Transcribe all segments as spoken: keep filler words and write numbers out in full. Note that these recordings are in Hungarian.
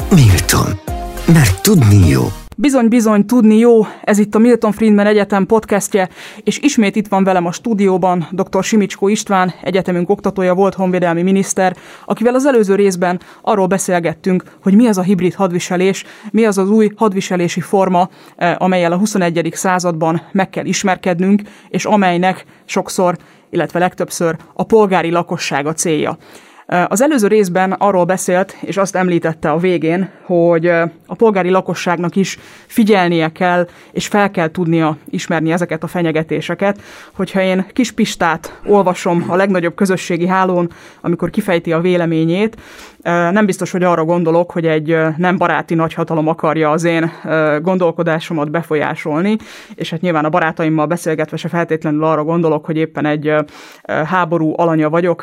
Milton. Mert tudni jó. Bizony-bizony, tudni jó, ez itt a Milton Friedman Egyetem podcastje, és ismét itt van velem a stúdióban dr. Simicskó István, egyetemünk oktatója, volt honvédelmi miniszter, akivel az előző részben arról beszélgettünk, hogy mi az a hibrid hadviselés, mi az az új hadviselési forma, amellyel a huszonegyedik században meg kell ismerkednünk, és amelynek sokszor, illetve legtöbbször a polgári lakosság a célja. Az előző részben arról beszélt, és azt említette a végén, hogy a polgári lakosságnak is figyelnie kell, és fel kell tudnia ismerni ezeket a fenyegetéseket. Hogyha én Kis Pistát olvasom a legnagyobb közösségi hálón, amikor kifejti a véleményét, nem biztos, hogy arra gondolok, hogy egy nem baráti nagyhatalom akarja az én gondolkodásomat befolyásolni, és hát nyilván a barátaimmal beszélgetve se feltétlenül arra gondolok, hogy éppen egy háború alanya vagyok.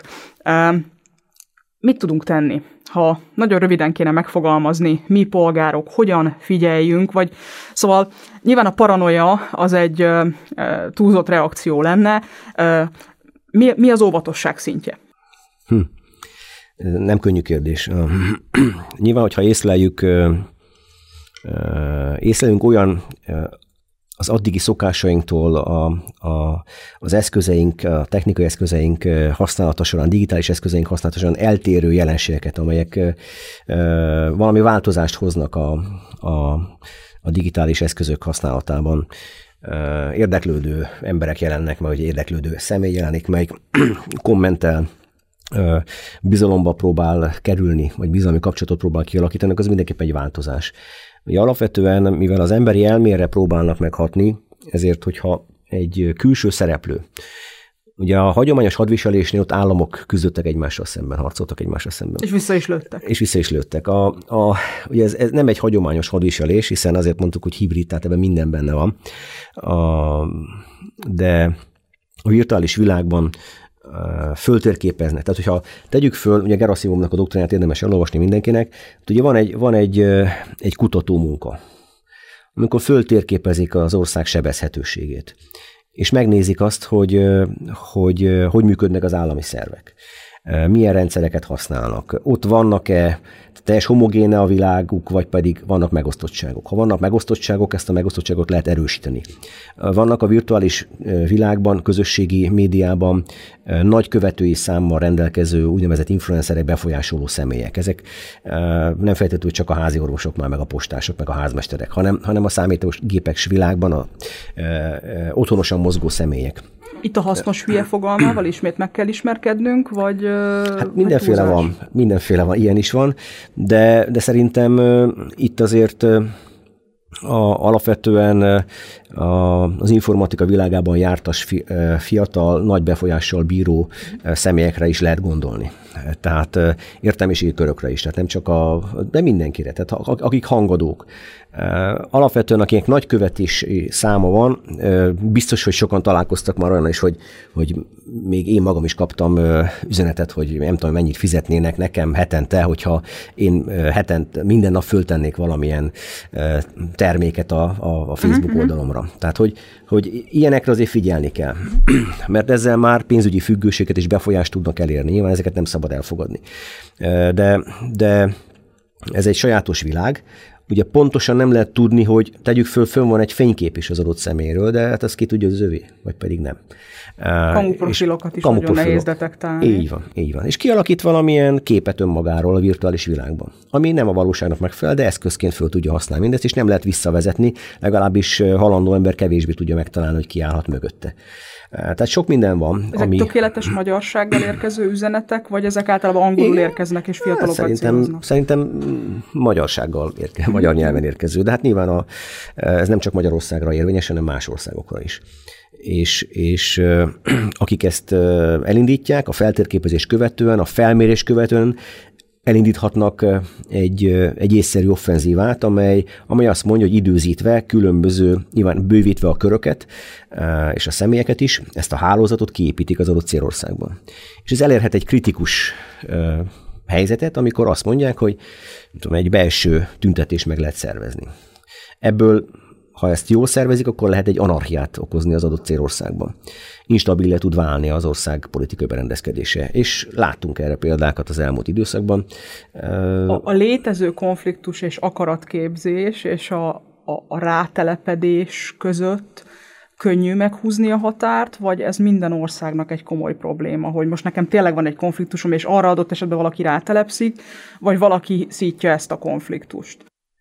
Mit tudunk tenni, ha nagyon röviden kéne megfogalmazni, mi polgárok hogyan figyeljünk, vagy szóval nyilván a paranoia az egy uh, túlzott reakció lenne. Uh, mi, mi az óvatosság szintje? Hm. Nem könnyű kérdés. Nyilván, hogyha észleljük, uh, uh, észlelünk olyan uh, az addigi szokásainktól a, a, az eszközeink, a technikai eszközeink használata során, digitális eszközeink használata során eltérő jelenségeket, amelyek e, valami változást hoznak a, a, a digitális eszközök használatában. E, érdeklődő emberek jelennek meg, vagy érdeklődő személy jelenik meg, kommentel, e, bizalomba próbál kerülni, vagy bizalmi kapcsolatot próbál kialakítani, az mindenképpen egy változás. Ugye alapvetően, mivel az emberi elmére próbálnak meghatni, ezért, hogyha egy külső szereplő, ugye a hagyományos hadviselésnél ott államok küzdöttek egymással szemben, harcoltak egymással szemben. És vissza is lőttek. És vissza is lőttek. A, a, ugye ez, ez nem egy hagyományos hadviselés, hiszen azért mondtuk, hogy hibrid, tehát ebben minden benne van. A, de a virtuális világban föltérképeznek. Tehát, hogyha tegyük föl, ugye Gerasimovnak a doktrinát érdemes elolvasni mindenkinek, ugye van egy, van egy, egy kutatómunka, amikor föltérképezik az ország sebezhetőségét, és megnézik azt, hogy hogy, hogy működnek az állami szervek, milyen rendszereket használnak, ott vannak-e teljes homogéne a világuk, vagy pedig vannak megosztottságok. Ha vannak megosztottságok, ezt a megosztottságot lehet erősíteni. Vannak a virtuális világban, közösségi médiában nagy követői számmal rendelkező úgynevezett influencerek, befolyásoló személyek. Ezek nem feltétlenül csak a házi orvosok, már meg a postások, meg a házmesterek, hanem, hanem a számítógépes világban a, a, a, otthonosan mozgó személyek. Itt a hasznos hülye fogalmával ismét meg kell ismerkednünk, vagy hát mindenféle vagy van, mindenféle van, ilyen is van, de, de szerintem uh, itt azért uh, a, alapvetően uh, az informatika világában jártas fi, uh, fiatal, nagy befolyással bíró uh, személyekre is lehet gondolni. Tehát uh, értelmiségi körökre is, tehát nem csak a, de mindenkire, tehát a, akik hangadók. Alapvetően, akinek nagy követési száma van, biztos, hogy sokan találkoztak már olyan is, hogy, hogy még én magam is kaptam üzenetet, hogy nem tudom, mennyit fizetnének nekem hetente, hogyha én hetente minden nap föltennék valamilyen terméket a, a, a Facebook oldalomra. Tehát, hogy, hogy ilyenekre azért figyelni kell, mert ezzel már pénzügyi függőséget és befolyást tudnak elérni. Nyilván ezeket nem szabad elfogadni. De, de ez egy sajátos világ. Ugye pontosan nem lehet tudni, hogy tegyük föl, fönn van egy fénykép is az adott személyről, de hát az ki tudja, az övé, vagy pedig nem. Kamuprofilokat is kamu nagyon nehéz detektálni. Így van, így van. És kialakít valamilyen képet önmagáról a virtuális világban, ami nem a valóságnak megfelel, de eszközként föl tudja használni mindezt, és nem lehet visszavezetni, legalábbis halandó ember kevésbé tudja megtalálni, hogy ki állhat mögötte. Tehát sok minden van. Ezek ami... tökéletes magyarsággal érkező üzenetek, vagy ezek általában angolul érkeznek és fiatalokat szerintem, céloznak? Szerintem magyarsággal, érke, magyar nyelven érkező. De hát nyilván a, ez nem csak Magyarországra érvényes, hanem más országokra is. És, és akik ezt elindítják, a feltérképezés követően, a felmérés követően elindíthatnak egy, egy észszerű offenzívát, amely, amely azt mondja, hogy időzítve, különböző, nyilván bővítve a köröket és a személyeket is, ezt a hálózatot kiépítik az adott célországban. És ez elérhet egy kritikus helyzetet, amikor azt mondják, hogy tudom, egy belső tüntetés meg lehet szervezni. Ebből ha ezt jól szervezik, akkor lehet egy anarchiát okozni az adott célországban. Instabilé tud válni az ország politikai berendezkedése. És láttunk erre példákat az elmúlt időszakban. A, a létező konfliktus és akaratképzés és a, a, a rátelepedés között könnyű meghúzni a határt, vagy ez minden országnak egy komoly probléma, hogy most nekem tényleg van egy konfliktusom, és arra adott esetben valaki rátelepszik, vagy valaki szítja ezt a konfliktust?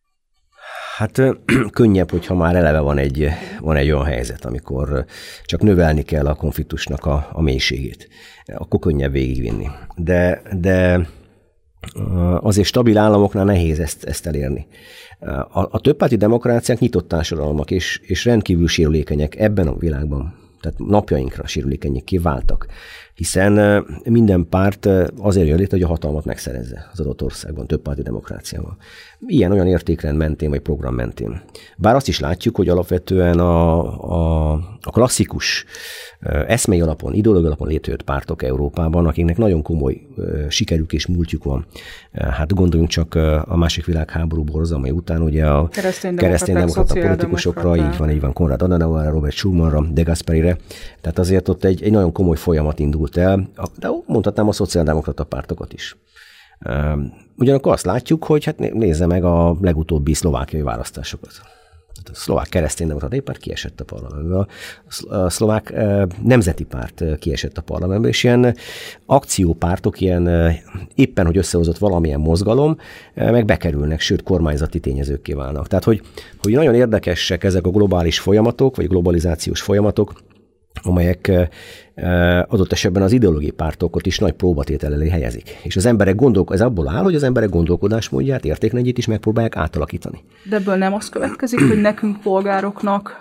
Hát könnyebb, hogyha már eleve van egy, van egy olyan helyzet, amikor csak növelni kell a konfliktusnak a, a mélységét. Akkor könnyebb végigvinni. De, de azért stabil államoknál nehéz ezt, ezt elérni. A, a többpárti demokráciák nyitott társadalmak, és, és rendkívül sérülékenyek ebben a világban. Tehát napjainkra sérülékenyekké váltak. Hiszen minden párt azért jön létre, hogy a hatalmat megszerezze az adott országban, többpárti demokráciával. Ilyen-olyan értékrend mentén, vagy program mentén. Bár azt is látjuk, hogy alapvetően a, a, a klasszikus eszmei alapon, ideológiai alapon létrejött pártok Európában, akiknek nagyon komoly sikerük és múltjuk van. Hát gondoljunk csak a második világháború borzalmai után, ugye a kereszténydemokrata politikusokra, így van, így van, Konrad Adenauerre, Robert Schumanra, De Gasperire. Tehát azért ott egy, egy nagyon komoly folyamat indult el, de mondhatnám a szociáldemokrata pártokat is. Ugyanakkor azt látjuk, hogy hát nézze meg a legutóbbi szlovákiai választásokat. A szlovák kereszténydemokrata párt kiesett a parlamentből, a szlovák nemzeti párt kiesett a parlamentből, és ilyen akciópártok, ilyen éppen, hogy összehozott valamilyen mozgalom, meg bekerülnek, sőt kormányzati tényezőkké válnak. Tehát, hogy, hogy nagyon érdekesek ezek a globális folyamatok, vagy globalizációs folyamatok, amelyek adott esetben az ideológiai pártokat is nagy próbatétel elé helyezik. És az emberek gondolk, ez abból áll, hogy az emberek gondolkodásmódját, értékrendjét is megpróbálják átalakítani. De ebből nem az következik, hogy nekünk polgároknak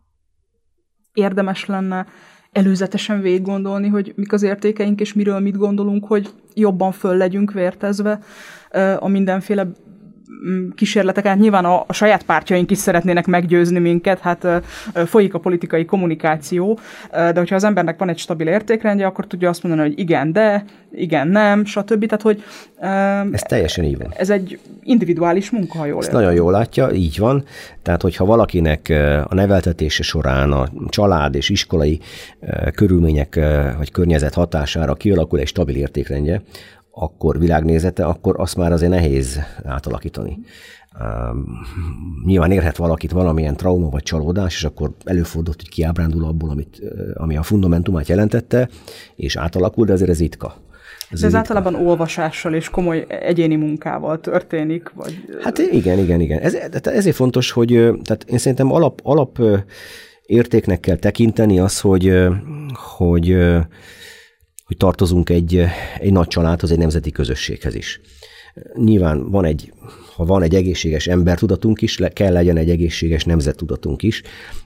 érdemes lenne előzetesen végiggondolni, hogy mik az értékeink, és miről mit gondolunk, hogy jobban föl legyünk vértezve a mindenféle kísérletek, hát nyilván a, a saját pártjaink is szeretnének meggyőzni minket, hát folyik a politikai kommunikáció, de hogyha az embernek van egy stabil értékrendje, akkor tudja azt mondani, hogy igen, de, igen, nem, stb. Tehát, hogy ez teljesen így van. Ez egy individuális munka, ha jól Ezt nagyon jól látja, így van. Tehát, hogyha valakinek a neveltetése során a család és iskolai körülmények vagy környezet hatására kialakul egy stabil értékrendje, akkor világnézete, akkor azt már azért nehéz átalakítani. Uh, nyilván érhet valakit valamilyen trauma vagy csalódás, és akkor előfordult, hogy kiábrándul abból, amit, ami a fundamentumát jelentette, és átalakul, de azért ez ritka. Ez, ez általában olvasással és komoly egyéni munkával történik? Vagy... Hát igen, igen, igen. Ez, ezért fontos, hogy tehát én szerintem alap, alap értéknek kell tekinteni az, hogy, hogy hogy tartozunk egy, egy nagy családhoz, egy nemzeti közösséghez is. Nyilván van egy, ha van egy egészséges embertudatunk is, kell legyen egy egészséges nemzettudatunk is.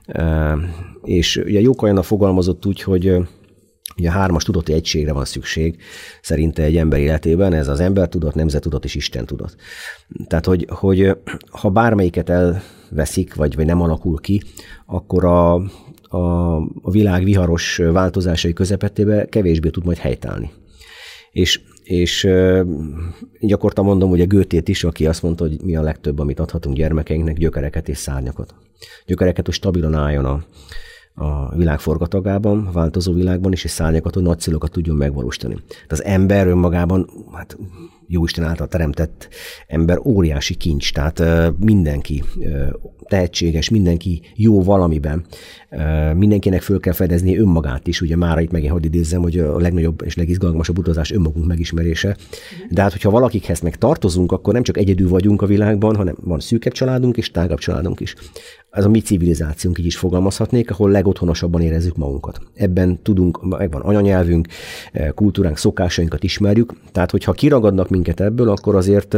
És ugye Jókai fogalmazott úgy, hogy ugye hármas tudati egységre van szükség szerinte egy ember életében, ez az embertudat, nemzettudat és istentudat. Tehát, hogy, hogy ha bármelyiket elveszik, vagy, vagy nem alakul ki, akkor a A, a világ viharos változásai közepetében kevésbé tud majd helytállni. És, és így akartam mondom, ugye Goethét is, aki azt mondta, hogy mi a legtöbb, amit adhatunk gyermekeinknek, gyökereket és szárnyakat. Gyökereket, hogy stabilan álljon a, a világ forgatagában, a változó világban is, és szárnyakat, hogy nagy célokat tudjon megvalósítani. De az ember önmagában, hát Jóisten által teremtett ember óriási kincs, tehát mindenki tehetséges, mindenki jó valamiben, mindenkinek föl kell fedezni önmagát is, ugye már itt megint hadd idézzem, hogy a legnagyobb és legizgalmasabb utazás önmagunk megismerése. De hát, hogyha valakikhez meg tartozunk, akkor nem csak egyedül vagyunk a világban, hanem van szűkebb családunk és tágabb családunk is. Ez a mi civilizációnk, így is fogalmazhatnék, ahol legotthonosabbban érezzük magunkat. Ebben tudunk, megvan anyanyelvünk, kultúránk, szokásainkat ismerjük, tehát hogyha kiragadnak minket ebből, akkor azért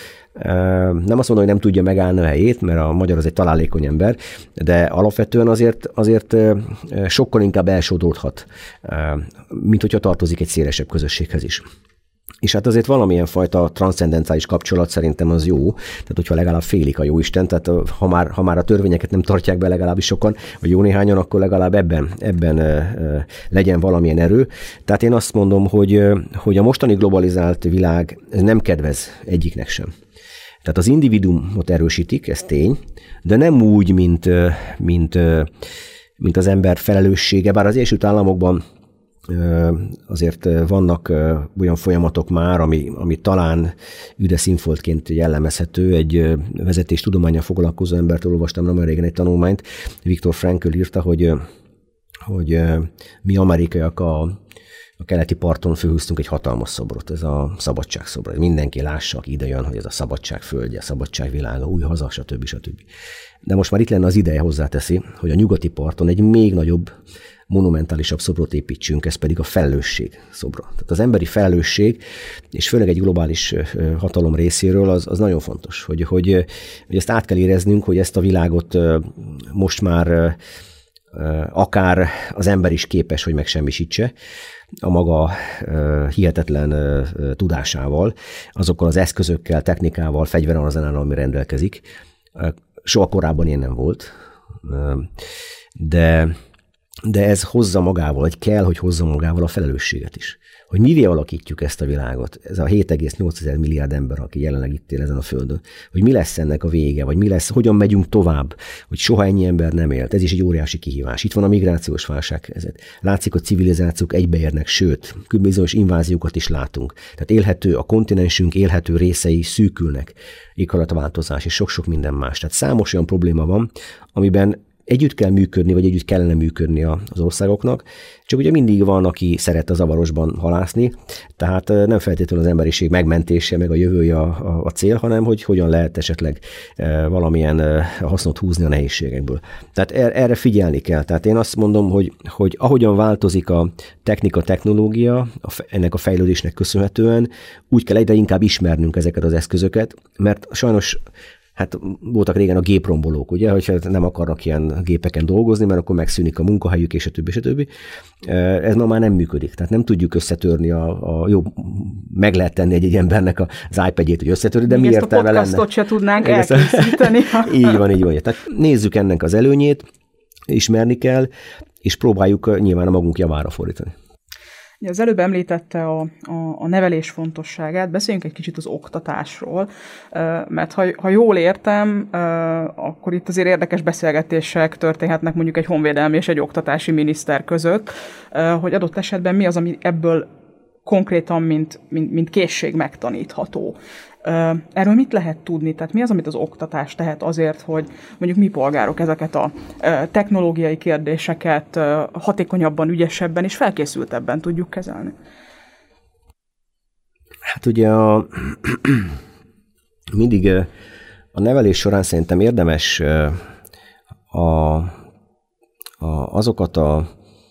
nem azt mondom, hogy nem tudja megállni a helyét, mert a magyar az egy találékony ember, de alapvetően azért, azért sokkal inkább elsodródhat, mint hogyha tartozik egy szélesebb közösséghez is. És hát azért valamilyen fajta transzcendenciális kapcsolat szerintem az jó, tehát hogyha legalább félik a jóisten, tehát ha már, ha már a törvényeket nem tartják be legalábbis sokan, vagy jó néhányan, akkor legalább ebben, ebben legyen valamilyen erő. Tehát én azt mondom, hogy, hogy a mostani globalizált világ nem kedvez egyiknek sem. Tehát az individuumot erősítik, ez tény, de nem úgy, mint, mint, mint az ember felelőssége, bár az Egyesült Államokban azért vannak olyan folyamatok már, ami, ami talán üde színfoltként jellemezhető. Egy vezetéstudománnyal foglalkozó embertől olvastam nem régen egy tanulmányt, Viktor Frankl írta, hogy, hogy mi amerikaiak a, a keleti parton fölhúztunk egy hatalmas szobrot, ez a szabadságszobor. Mindenki lássa, aki ide jön, hogy ez a szabadság földje, a szabadság világa, új haza, stb. stb. De most már itt lenne az ideje, hozzáteszi, hogy a nyugati parton egy még nagyobb, monumentálisabb szobrot építsünk, ez pedig a felelősség szobra. Tehát az emberi felelősség, és főleg egy globális hatalom részéről az, az nagyon fontos, hogy, hogy, hogy ezt át kell éreznünk, hogy ezt a világot most már akár az ember is képes, hogy megsemmisítse a maga hihetetlen tudásával, azokkal az eszközökkel, technikával, fegyverarzenálal, ami rendelkezik. Soha korábban ilyen nem volt, de De ez hozza magával, vagy kell, hogy hozza magával a felelősséget is. Hogy mivé alakítjuk ezt a világot, ez a hét egész nyolc milliárd ember, aki jelenleg itt él ezen a földön, hogy mi lesz ennek a vége, vagy mi lesz, hogyan megyünk tovább, hogy soha ennyi ember nem élt. Ez is egy óriási kihívás. Itt van a migrációs válsághelyzet. Látszik, hogy civilizációk egybeérnek, sőt, bizonyos inváziókat is látunk. Tehát élhető, a kontinensünk élhető részei szűkülnek, éghajlatváltozás és sok-sok minden más. Tehát számos olyan probléma van, amiben együtt kell működni, vagy együtt kellene működni az országoknak, csak ugye mindig van, aki szeret a zavarosban halászni, tehát nem feltétlenül az emberiség megmentése, meg a jövője a, a, a cél, hanem hogy hogyan lehet esetleg valamilyen hasznot húzni a nehézségekből. Tehát erre figyelni kell. Tehát én azt mondom, hogy, hogy ahogyan változik a technika, technológia, ennek a fejlődésnek köszönhetően, úgy kell egyre inkább ismernünk ezeket az eszközöket, mert sajnos hát voltak régen a géprombolók, ugye, hogyha nem akarnak ilyen gépeken dolgozni, mert akkor megszűnik a munkahelyük, és a többi, és a többi. Ez ma már nem működik. Tehát nem tudjuk összetörni a, a jó, meg lehet tenni egy, egy embernek az iPadjét, hogy összetörni, de mi értelme lenne? Ezt a podcastot se tudnánk elkészíteni. Így van, így van. Tehát nézzük ennek az előnyét, ismerni kell, és próbáljuk nyilván a magunk javára fordítani. Az előbb említette a, a, a nevelés fontosságát, beszéljünk egy kicsit az oktatásról, mert ha, ha jól értem, akkor itt azért érdekes beszélgetések történhetnek mondjuk egy honvédelmi és egy oktatási miniszter között, hogy adott esetben mi az, ami ebből konkrétan, mint, mint, mint készség megtanítható. Erről mit lehet tudni? Tehát mi az, amit az oktatás tehet azért, hogy mondjuk mi polgárok ezeket a technológiai kérdéseket hatékonyabban, ügyesebben és felkészültebben tudjuk kezelni? Hát ugye a, mindig a nevelés során szerintem érdemes a, a, azokat a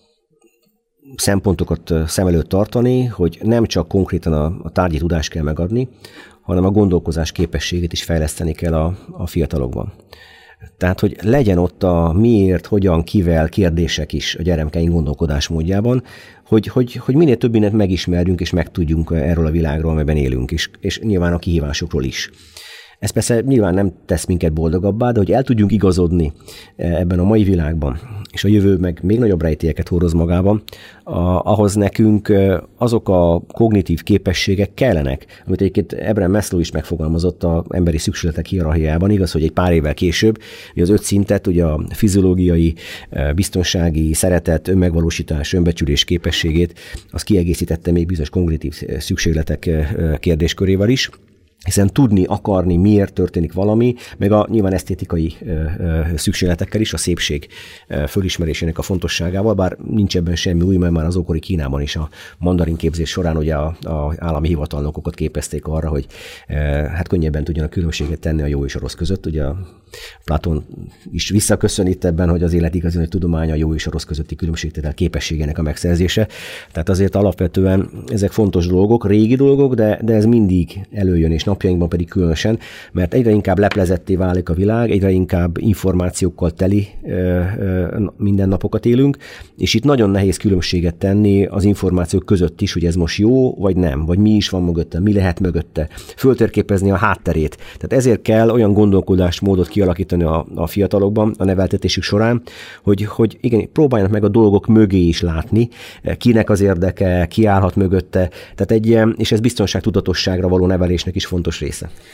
szempontokat szem előtt tartani, hogy nem csak konkrétan a, a tárgyi tudást kell megadni, hanem a gondolkozás képességét is fejleszteni kell a, a fiatalokban. Tehát, hogy legyen ott a miért, hogyan, kivel kérdések is a gyermekeink gondolkodásmódjában, hogy, hogy, hogy minél több mindent megismerjünk és megtudjunk erről a világról, amelyben élünk, és, és nyilván a kihívásokról is. Ez persze nyilván nem tesz minket boldogabbá, de hogy el tudjunk igazodni ebben a mai világban, és a jövő meg még nagyobb rejtélyeket hordoz magában, ahhoz nekünk azok a kognitív képességek kellenek, amit egyébként Abraham Maslow is megfogalmazott az emberi szükségletek hierarchiájában, igaz, hogy egy pár évvel később, az öt szintet, ugye a fiziológiai, biztonsági, szeretet, önmegvalósítás, önbecsülés képességét, az kiegészítette még bizonyos kognitív szükségletek kérdéskörével is, hiszen tudni, akarni, miért történik valami, meg a nyilván esztétikai ö, ö, szükségletekkel is, a szépség ö, fölismerésének a fontosságával, bár nincs ebben semmi új, mert már az ókori Kínában is a mandarin képzés során ugye a, a állami hivatalnokokat képezték arra, hogy ö, hát könnyebben tudjanak különbséget tenni a jó és a rossz között. Ugye a Platon is visszaköszön itt ebben, hogy az élet igazi, hogy tudomány a jó és a rossz közötti különbségtétel képességének a megszerzése. Tehát azért alapvetően ezek fontos dolgok, régi dolgok, de, de ez mindig előjön, és napjainkban pedig különösen, mert egyre inkább leplezetté válik a világ, egyre inkább információkkal teli ö, ö, mindennapokat élünk, és itt nagyon nehéz különbséget tenni az információk között is, hogy ez most jó, vagy nem, vagy mi is van mögötte, mi lehet mögötte, föltérképezni a hátterét. Tehát ezért kell olyan gondolkodásmódot kialakítani a, a fiatalokban a neveltetésük során, hogy, hogy igen, próbáljanak meg a dolgok mögé is látni, kinek az érdeke, ki állhat mögötte, tehát egy, és ez biztonságtudatosságra való nevelésnek is fontos része.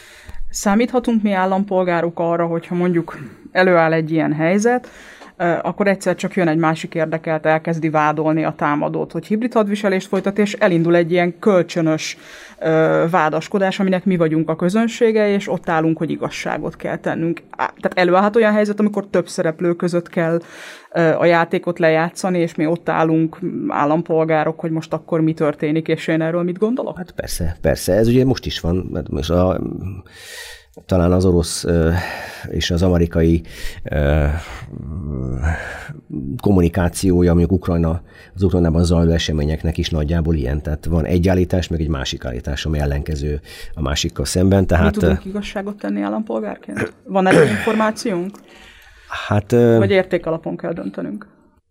Számíthatunk mi állampolgárok arra, hogyha mondjuk előáll egy ilyen helyzet, akkor egyszer csak jön egy másik érdekelt, elkezdi vádolni a támadót, hogy hibrid hadviselést folytat, és elindul egy ilyen kölcsönös vádaskodás, aminek mi vagyunk a közönsége, és ott állunk, hogy igazságot kell tennünk. Tehát előállhat olyan helyzet, amikor több szereplő között kell a játékot lejátszani, és mi ott állunk állampolgárok, hogy most akkor mi történik, és én erről mit gondolok? Hát persze, persze. Ez ugye most is van, mert most a talán az orosz és az amerikai kommunikációja, mondjuk Ukrajna, az Ukrajnában zajló eseményeknek is nagyjából ilyen. Tehát van egy állítás, meg egy másik állítás, ami ellenkező a másikkal szemben. Tehát, mi tudunk igazságot tenni állampolgárként? Van erre információnk? Hát, vagy értékalapon kell döntenünk?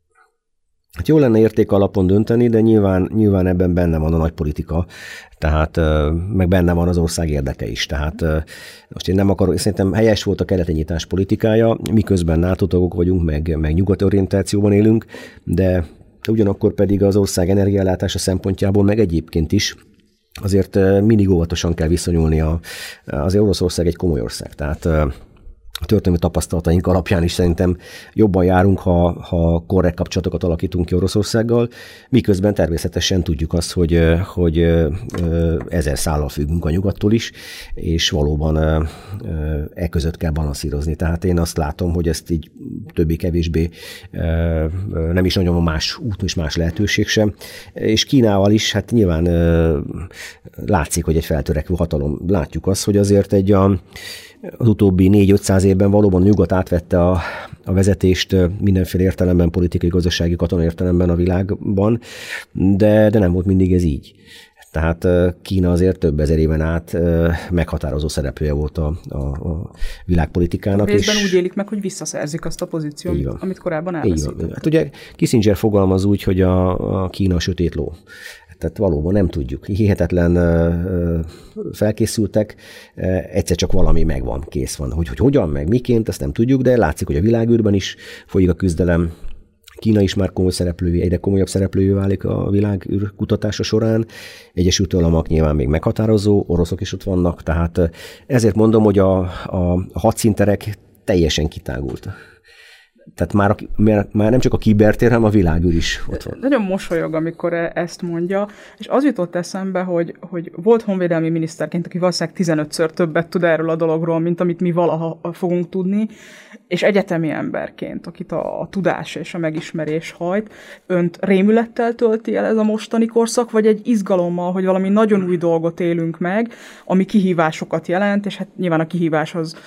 Hát jó lenne értékalapon dönteni, de nyilván, nyilván ebben benne van a nagy politika, tehát meg benne van az ország érdeke is. Tehát most én nem akarok, szerintem helyes volt a keleti nyitás politikája, miközben NATO tagok vagyunk, meg, meg nyugati orientációban élünk, de ugyanakkor pedig az ország energiaellátása szempontjából, meg egyébként is azért mindig óvatosan kell viszonyulni. A, azért Oroszország egy komoly ország, tehát a történelmi tapasztalataink alapján is szerintem jobban járunk, ha, ha korrekt kapcsolatokat alakítunk ki Oroszországgal, miközben természetesen tudjuk azt, hogy, hogy ezer szállal függünk a nyugattól is, és valóban e között kell balanszírozni. Tehát én azt látom, hogy ezt így többé-kevésbé nem is nagyon van más út és más lehetőség sem. És Kínával is, hát nyilván látszik, hogy egy feltörekvő hatalom. Látjuk azt, hogy azért egy a az utóbbi négy-ötszáz évben valóban a nyugat átvette a, a vezetést mindenféle értelemben, politikai, gazdasági, katonai értelemben a világban, de, de nem volt mindig ez így. Tehát Kína azért több ezer éven át meghatározó szereplője volt a, a, a világpolitikának. Részben és úgy élik meg, hogy visszaszerzik azt a pozíciót, amit korábban elveszítettek. Hát ugye Kissinger fogalmaz úgy, hogy a, a Kína a sötét ló. Tehát valóban nem tudjuk. Hihetetlen felkészültek, egyszer csak valami megvan, kész van. Hogy, hogy hogyan, meg miként, ezt nem tudjuk, de látszik, hogy a világűrben is folyik a küzdelem. Kína is már komoly szereplője, egyre komolyabb szereplője válik a világűr kutatása során. Egyesült Államok nyilván még meghatározó, oroszok is ott vannak, tehát ezért mondom, hogy a, a hadszínterek teljesen kitágult. Tehát már, a, már nem csak a kibertér, hanem a világűr is ott van. Nagyon mosolyog, amikor ezt mondja, és az jutott eszembe, hogy, hogy volt honvédelmi miniszterként, aki valószínűleg tizenötször többet tud erről a dologról, mint amit mi valaha fogunk tudni, és egyetemi emberként, akit a, a tudás és a megismerés hajt, önt rémülettel tölti el ez a mostani korszak, vagy egy izgalommal, hogy valami nagyon új dolgot élünk meg, ami kihívásokat jelent, és hát nyilván a kihívás az,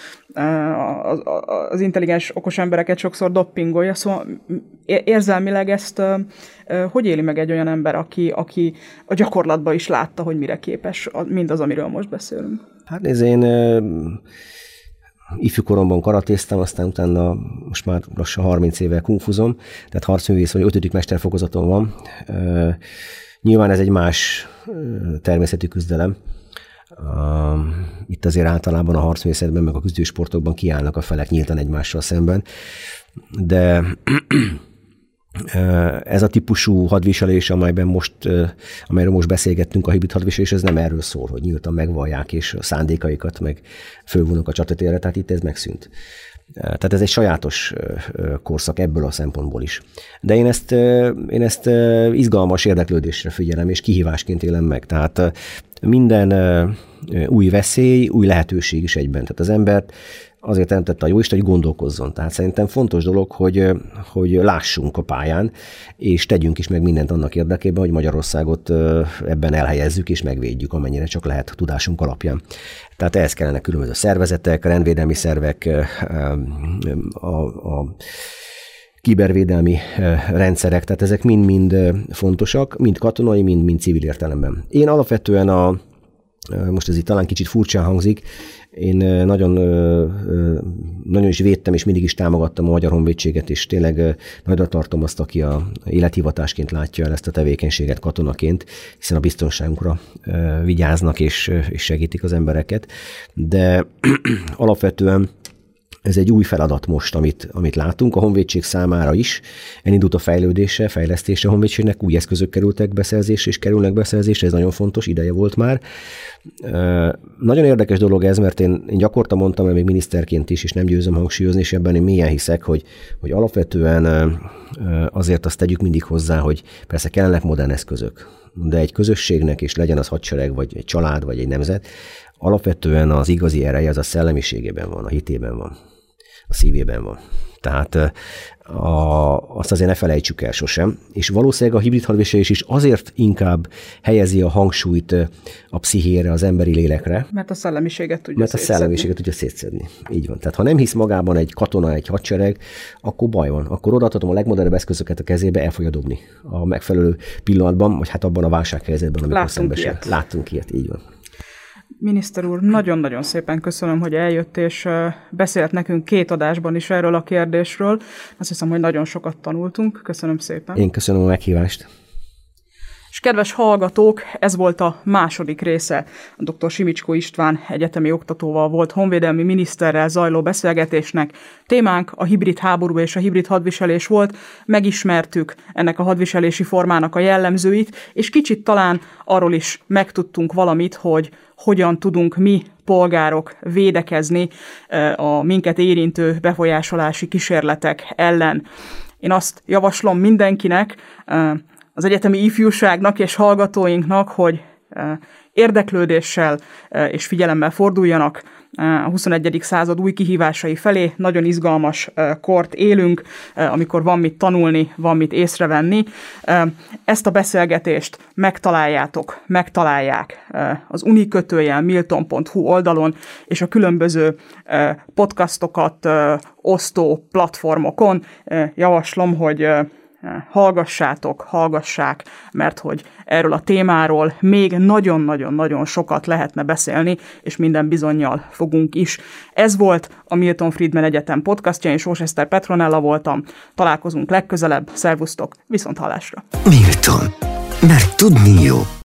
az, az intelligens, okos embereket sokszor doppingolja, szóval érzelmileg ezt hogy éli meg egy olyan ember, aki, aki a gyakorlatban is látta, hogy mire képes mindaz, amiről most beszélünk? Hát ez én ifjú koromban karatéztem, aztán utána most már lassan harminc éve kungfuzom, tehát harcművész vagy ötödik mesterfokozaton van. Nyilván ez egy más természetű küzdelem. Itt azért általában a harcművészetben, meg a küzdősportokban kiállnak a felek nyíltan egymással szemben, de ez a típusú hadviselés, amelyben most, amelyről most beszélgettünk, a hibrid hadviselés, ez nem erről szól, hogy nyíltan megvallják és a szándékaikat, meg fölvonnak a csatatérre, tehát itt ez megszűnt. Tehát ez egy sajátos korszak ebből a szempontból is. De én ezt, én ezt izgalmas érdeklődésre figyelem, és kihívásként élem meg. Tehát minden új veszély, új lehetőség is egyben. Tehát az embert azért teremtette a Jóisten, hogy gondolkozzon. Tehát szerintem fontos dolog, hogy, hogy lássunk a pályán, és tegyünk is meg mindent annak érdekében, hogy Magyarországot ebben elhelyezzük és megvédjük, amennyire csak lehet tudásunk alapján. Tehát ehhez kellene különböző szervezetek, rendvédelmi szervek, a, a kibervédelmi rendszerek, tehát ezek mind-mind fontosak, mind katonai, mind-mind civil értelemben. Én alapvetően a, most ez itt talán kicsit furcsán hangzik, én nagyon, nagyon is védtem, és mindig is támogattam a Magyar Honvédséget, és tényleg nagyra tartom azt, aki a élethivatásként látja el ezt a tevékenységet katonaként, hiszen a biztonságunkra vigyáznak és, és segítik az embereket. De alapvetően ez egy új feladat most, amit, amit látunk a honvédség számára is. Elindult a fejlődése, fejlesztése a honvédségnek, új eszközök kerültek beszerzésre és kerülnek beszerzésre, ez nagyon fontos, ideje volt már. Nagyon érdekes dolog ez, mert én, én gyakorta mondtam el még miniszterként is, és nem győzöm hangsúlyozni, és ebben én mélyen hiszek, hogy, hogy alapvetően azért azt tegyük mindig hozzá, hogy persze kellenek modern eszközök, de egy közösségnek, és legyen az hadsereg, vagy egy család, vagy egy nemzet, alapvetően az igazi ereje az a szellemiségében van, a hitében van, a szívében van. Tehát a, azt azért ne felejtsük el sosem. És valószínűleg a hibrid hadviselés is azért inkább helyezi a hangsúlyt a pszichére, az emberi lélekre. Mert a szellemiséget tudja Mert a szétszedni. szellemiséget tudja szétszedni. Így van. Tehát ha nem hisz magában egy katona, egy hadsereg, akkor baj van. Akkor odaadhatom a legmodernebb eszközöket a kezébe, el fogja dobni a megfelelő pillanatban, vagy hát abban a válsághelyzetben, amikor szembesül. Láttunk ilyet, így van. Miniszter úr, nagyon-nagyon szépen köszönöm, hogy eljött, és beszélt nekünk két adásban is erről a kérdésről. Azt hiszem, hogy nagyon sokat tanultunk. Köszönöm szépen. Én köszönöm a meghívást. És kedves hallgatók, ez volt a második része a dr. Simicskó István egyetemi oktatóval volt honvédelmi miniszterrel zajló beszélgetésnek. Témánk a hibrid háború és a hibrid hadviselés volt, megismertük ennek a hadviselési formának a jellemzőit, és kicsit talán arról is megtudtunk valamit, hogy hogyan tudunk mi polgárok védekezni a minket érintő befolyásolási kísérletek ellen. Én azt javaslom mindenkinek, az egyetemi ifjúságnak és hallgatóinknak, hogy érdeklődéssel és figyelemmel forduljanak a huszonegyedik század új kihívásai felé. Nagyon izgalmas kort élünk, amikor van mit tanulni, van mit észrevenni. Ezt a beszélgetést megtaláljátok, megtalálják az unikötőjel milton pont hu oldalon, és a különböző podcastokat osztó platformokon. Javaslom, hogy hallgassátok, hallgassák, mert hogy erről a témáról még nagyon-nagyon-nagyon sokat lehetne beszélni, és minden bizonnyal fogunk is. Ez volt a Milton Friedman Egyetem podcastja, én Sós Eszter Petronella voltam. Találkozunk legközelebb, szervusztok, viszont hallásra! Milton, mert tudni jó.